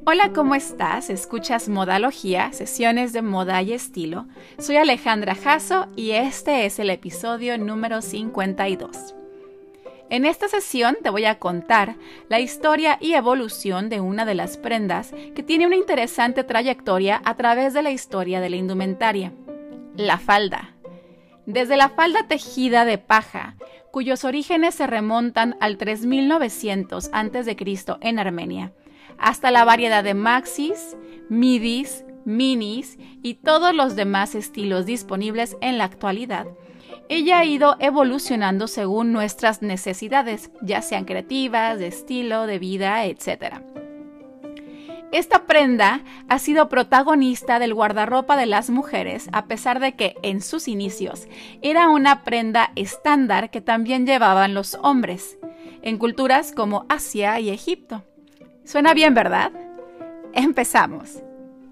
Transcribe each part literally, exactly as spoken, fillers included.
Hola, ¿cómo estás? Escuchas Modalogía, sesiones de moda y estilo. Soy Alejandra Jasso y este es el episodio número cincuenta y dos. En esta sesión te voy a contar la historia y evolución de una de las prendas que tiene una interesante trayectoria a través de la historia de la indumentaria, la falda. Desde la falda tejida de paja, cuyos orígenes se remontan al tres mil novecientos antes de Cristo en Armenia, hasta la variedad de maxis, midis, minis y todos los demás estilos disponibles en la actualidad. Ella ha ido evolucionando según nuestras necesidades, ya sean creativas, de estilo, de vida, etcétera. Esta prenda ha sido protagonista del guardarropa de las mujeres, a pesar de que, en sus inicios, era una prenda estándar que también llevaban los hombres, en culturas como Asia y Egipto. Suena bien, ¿verdad? Empezamos.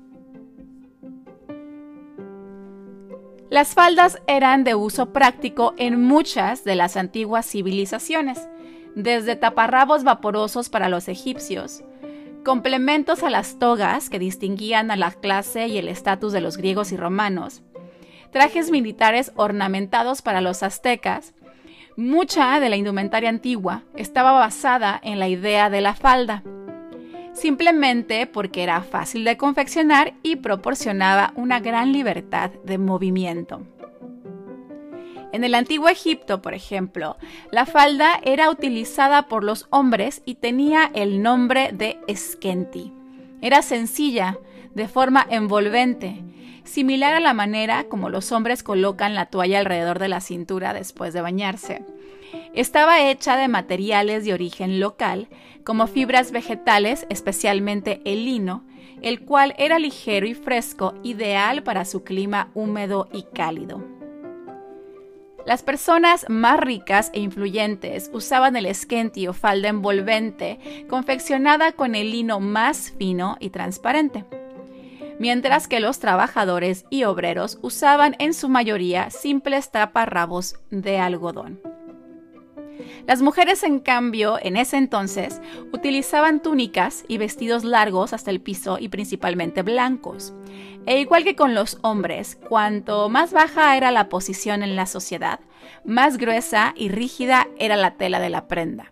Las faldas eran de uso práctico en muchas de las antiguas civilizaciones, desde taparrabos vaporosos para los egipcios, complementos a las togas que distinguían a la clase y el estatus de los griegos y romanos, trajes militares ornamentados para los aztecas. Mucha de la indumentaria antigua estaba basada en la idea de la falda, simplemente porque era fácil de confeccionar y proporcionaba una gran libertad de movimiento. En el antiguo Egipto, por ejemplo, la falda era utilizada por los hombres y tenía el nombre de skenti. Era sencilla, de forma envolvente, similar a la manera como los hombres colocan la toalla alrededor de la cintura después de bañarse. Estaba hecha de materiales de origen local, como fibras vegetales, especialmente el lino, el cual era ligero y fresco, ideal para su clima húmedo y cálido. Las personas más ricas e influyentes usaban el skenti o falda envolvente, confeccionada con el lino más fino y transparente, mientras que los trabajadores y obreros usaban en su mayoría simples taparrabos de algodón. Las mujeres, en cambio, en ese entonces, utilizaban túnicas y vestidos largos hasta el piso y principalmente blancos. E igual que con los hombres, cuanto más baja era la posición en la sociedad, más gruesa y rígida era la tela de la prenda.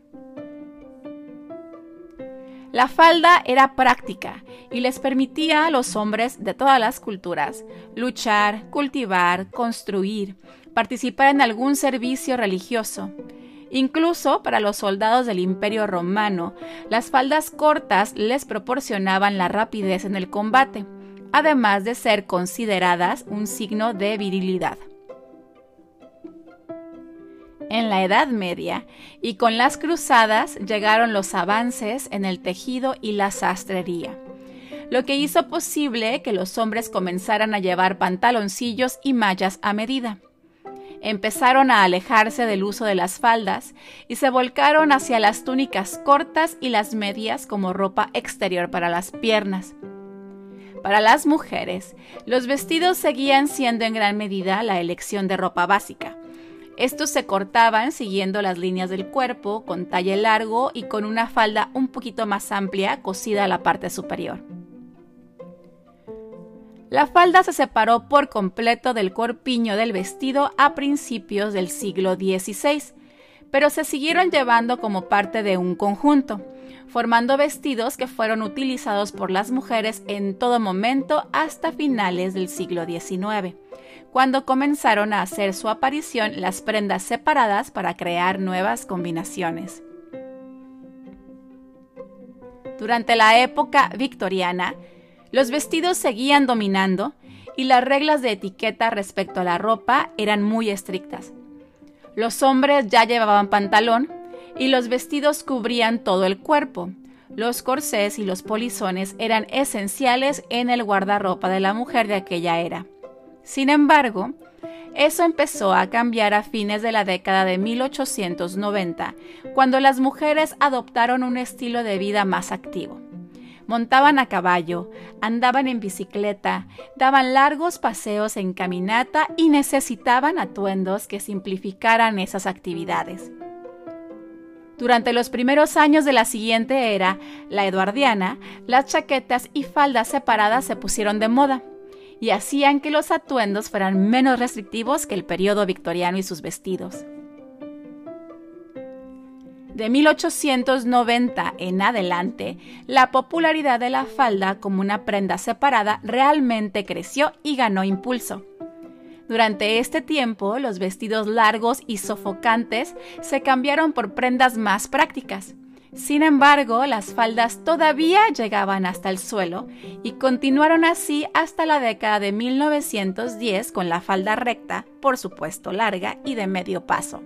La falda era práctica y les permitía a los hombres de todas las culturas luchar, cultivar, construir, participar en algún servicio religioso. Incluso para los soldados del Imperio Romano, las faldas cortas les proporcionaban la rapidez en el combate, además de ser consideradas un signo de virilidad. En la Edad Media y con las cruzadas llegaron los avances en el tejido y la sastrería, lo que hizo posible que los hombres comenzaran a llevar pantaloncillos y mallas a medida. Empezaron a alejarse del uso de las faldas y se volcaron hacia las túnicas cortas y las medias como ropa exterior para las piernas. Para las mujeres, los vestidos seguían siendo en gran medida la elección de ropa básica. Estos se cortaban siguiendo las líneas del cuerpo, con talle largo y con una falda un poquito más amplia cosida a la parte superior. La falda se separó por completo del corpiño del vestido a principios del siglo dieciséis, pero se siguieron llevando como parte de un conjunto, formando vestidos que fueron utilizados por las mujeres en todo momento hasta finales del siglo diecinueve, cuando comenzaron a hacer su aparición las prendas separadas para crear nuevas combinaciones. Durante la época victoriana, los vestidos seguían dominando y las reglas de etiqueta respecto a la ropa eran muy estrictas. Los hombres ya llevaban pantalón y los vestidos cubrían todo el cuerpo. Los corsés y los polizones eran esenciales en el guardarropa de la mujer de aquella era. Sin embargo, eso empezó a cambiar a fines de la década de mil ochocientos noventa, cuando las mujeres adoptaron un estilo de vida más activo. Montaban a caballo, andaban en bicicleta, daban largos paseos en caminata y necesitaban atuendos que simplificaran esas actividades. Durante los primeros años de la siguiente era, la eduardiana, las chaquetas y faldas separadas se pusieron de moda y hacían que los atuendos fueran menos restrictivos que el periodo victoriano y sus vestidos. De mil ochocientos noventa en adelante, la popularidad de la falda como una prenda separada realmente creció y ganó impulso. Durante este tiempo, los vestidos largos y sofocantes se cambiaron por prendas más prácticas. Sin embargo, las faldas todavía llegaban hasta el suelo y continuaron así hasta la década de mil novecientos diez con la falda recta, por supuesto larga y de medio paso.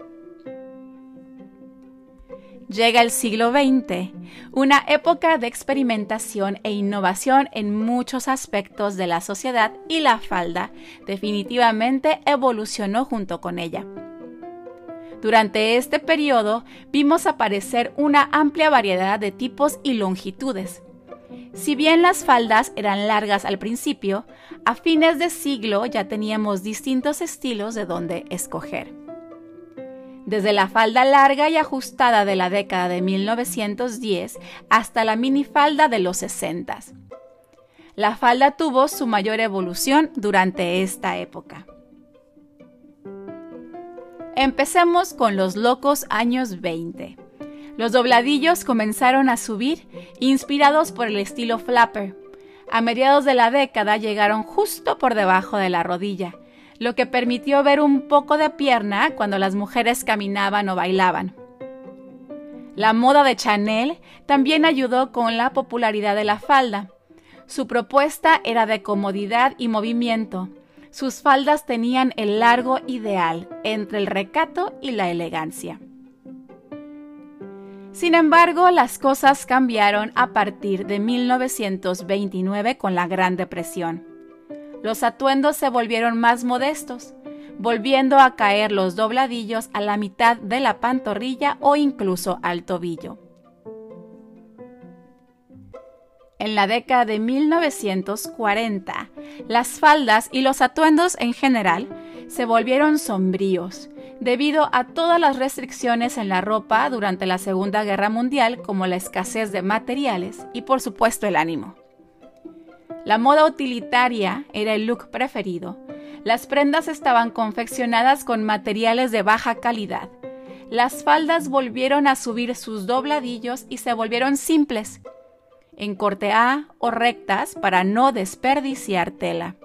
Llega el siglo veinte, una época de experimentación e innovación en muchos aspectos de la sociedad y la falda definitivamente evolucionó junto con ella. Durante este periodo vimos aparecer una amplia variedad de tipos y longitudes. Si bien las faldas eran largas al principio, a fines de siglo ya teníamos distintos estilos de dónde escoger. Desde la falda larga y ajustada de la década de mil novecientos diez hasta la minifalda de los sesentas. La falda tuvo su mayor evolución durante esta época. Empecemos con los locos años veinte. Los dobladillos comenzaron a subir, inspirados por el estilo flapper. A mediados de la década llegaron justo por debajo de la rodilla, lo que permitió ver un poco de pierna cuando las mujeres caminaban o bailaban. La moda de Chanel también ayudó con la popularidad de la falda. Su propuesta era de comodidad y movimiento. Sus faldas tenían el largo ideal entre el recato y la elegancia. Sin embargo, las cosas cambiaron a partir de mil novecientos veintinueve con la Gran Depresión. Los atuendos se volvieron más modestos, volviendo a caer los dobladillos a la mitad de la pantorrilla o incluso al tobillo. En la década de mil novecientos cuarenta, las faldas y los atuendos en general se volvieron sombríos, debido a todas las restricciones en la ropa durante la Segunda Guerra Mundial, como la escasez de materiales y, por supuesto, el ánimo. La moda utilitaria era el look preferido. Las prendas estaban confeccionadas con materiales de baja calidad. Las faldas volvieron a subir sus dobladillos y se volvieron simples, en corte A o rectas para no desperdiciar tela.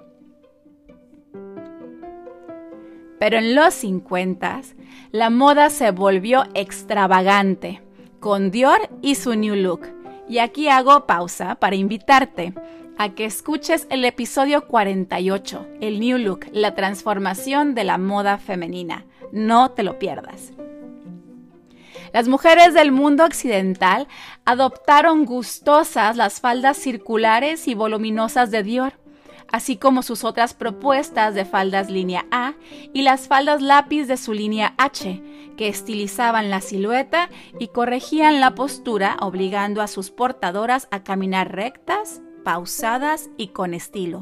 Pero en los cincuentas, la moda se volvió extravagante, con Dior y su New Look. Y aquí hago pausa para invitarte a que escuches el episodio cuarenta y ocho, el New Look, la transformación de la moda femenina. No te lo pierdas. Las mujeres del mundo occidental adoptaron gustosas las faldas circulares y voluminosas de Dior, así como sus otras propuestas de faldas línea A y las faldas lápiz de su línea H, que estilizaban la silueta y corregían la postura, obligando a sus portadoras a caminar rectas, pausadas y con estilo.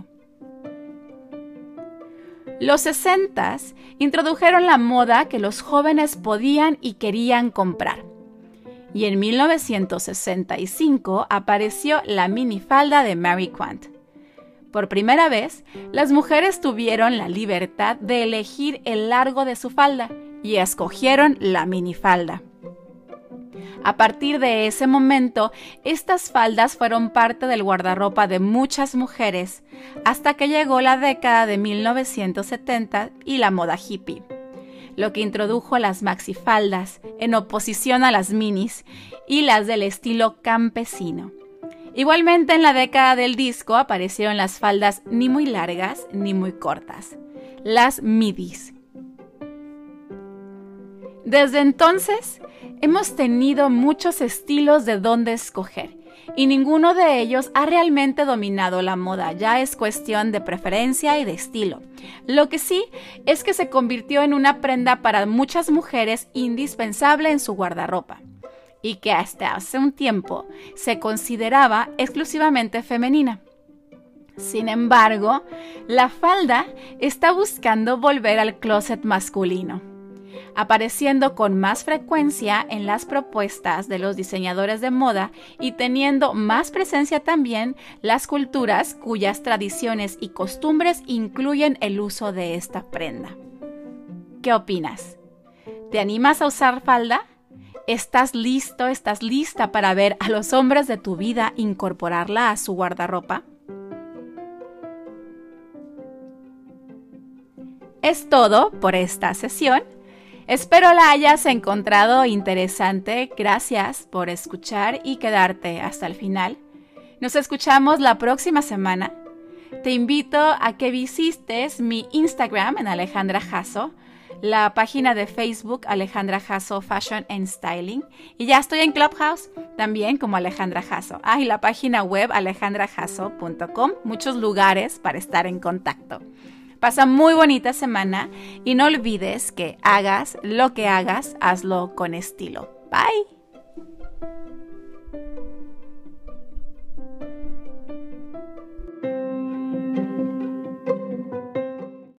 Los sesentas introdujeron la moda que los jóvenes podían y querían comprar. Y en mil novecientos sesenta y cinco apareció la minifalda de Marie Quant. Por primera vez, las mujeres tuvieron la libertad de elegir el largo de su falda y escogieron la minifalda. A partir de ese momento, estas faldas fueron parte del guardarropa de muchas mujeres, hasta que llegó la década de mil novecientos setenta y la moda hippie, lo que introdujo las maxifaldas en oposición a las minis y las del estilo campesino. Igualmente, en la década del disco aparecieron las faldas ni muy largas ni muy cortas, las midis. Desde entonces, hemos tenido muchos estilos de dónde escoger y ninguno de ellos ha realmente dominado la moda. Ya es cuestión de preferencia y de estilo. Lo que sí es que se convirtió en una prenda para muchas mujeres indispensable en su guardarropa y que hasta hace un tiempo se consideraba exclusivamente femenina. Sin embargo, la falda está buscando volver al closet masculino. apareciendo con más frecuencia en las propuestas de los diseñadores de moda y teniendo más presencia también las culturas cuyas tradiciones y costumbres incluyen el uso de esta prenda. ¿Qué opinas? ¿Te animas a usar falda? ¿Estás listo, estás lista para ver a los hombres de tu vida incorporarla a su guardarropa? Es todo por esta sesión. Espero la hayas encontrado interesante. Gracias por escuchar y quedarte hasta el final. Nos escuchamos la próxima semana. Te invito a que visites mi Instagram en Alejandra Jasso, la página de Facebook Alejandra Jasso Fashion and Styling, y ya estoy en Clubhouse también como Alejandra Jasso. Ah, y la página web alejandra jasso punto com, muchos lugares para estar en contacto. Pasa muy bonita semana y no olvides que hagas lo que hagas, hazlo con estilo. Bye.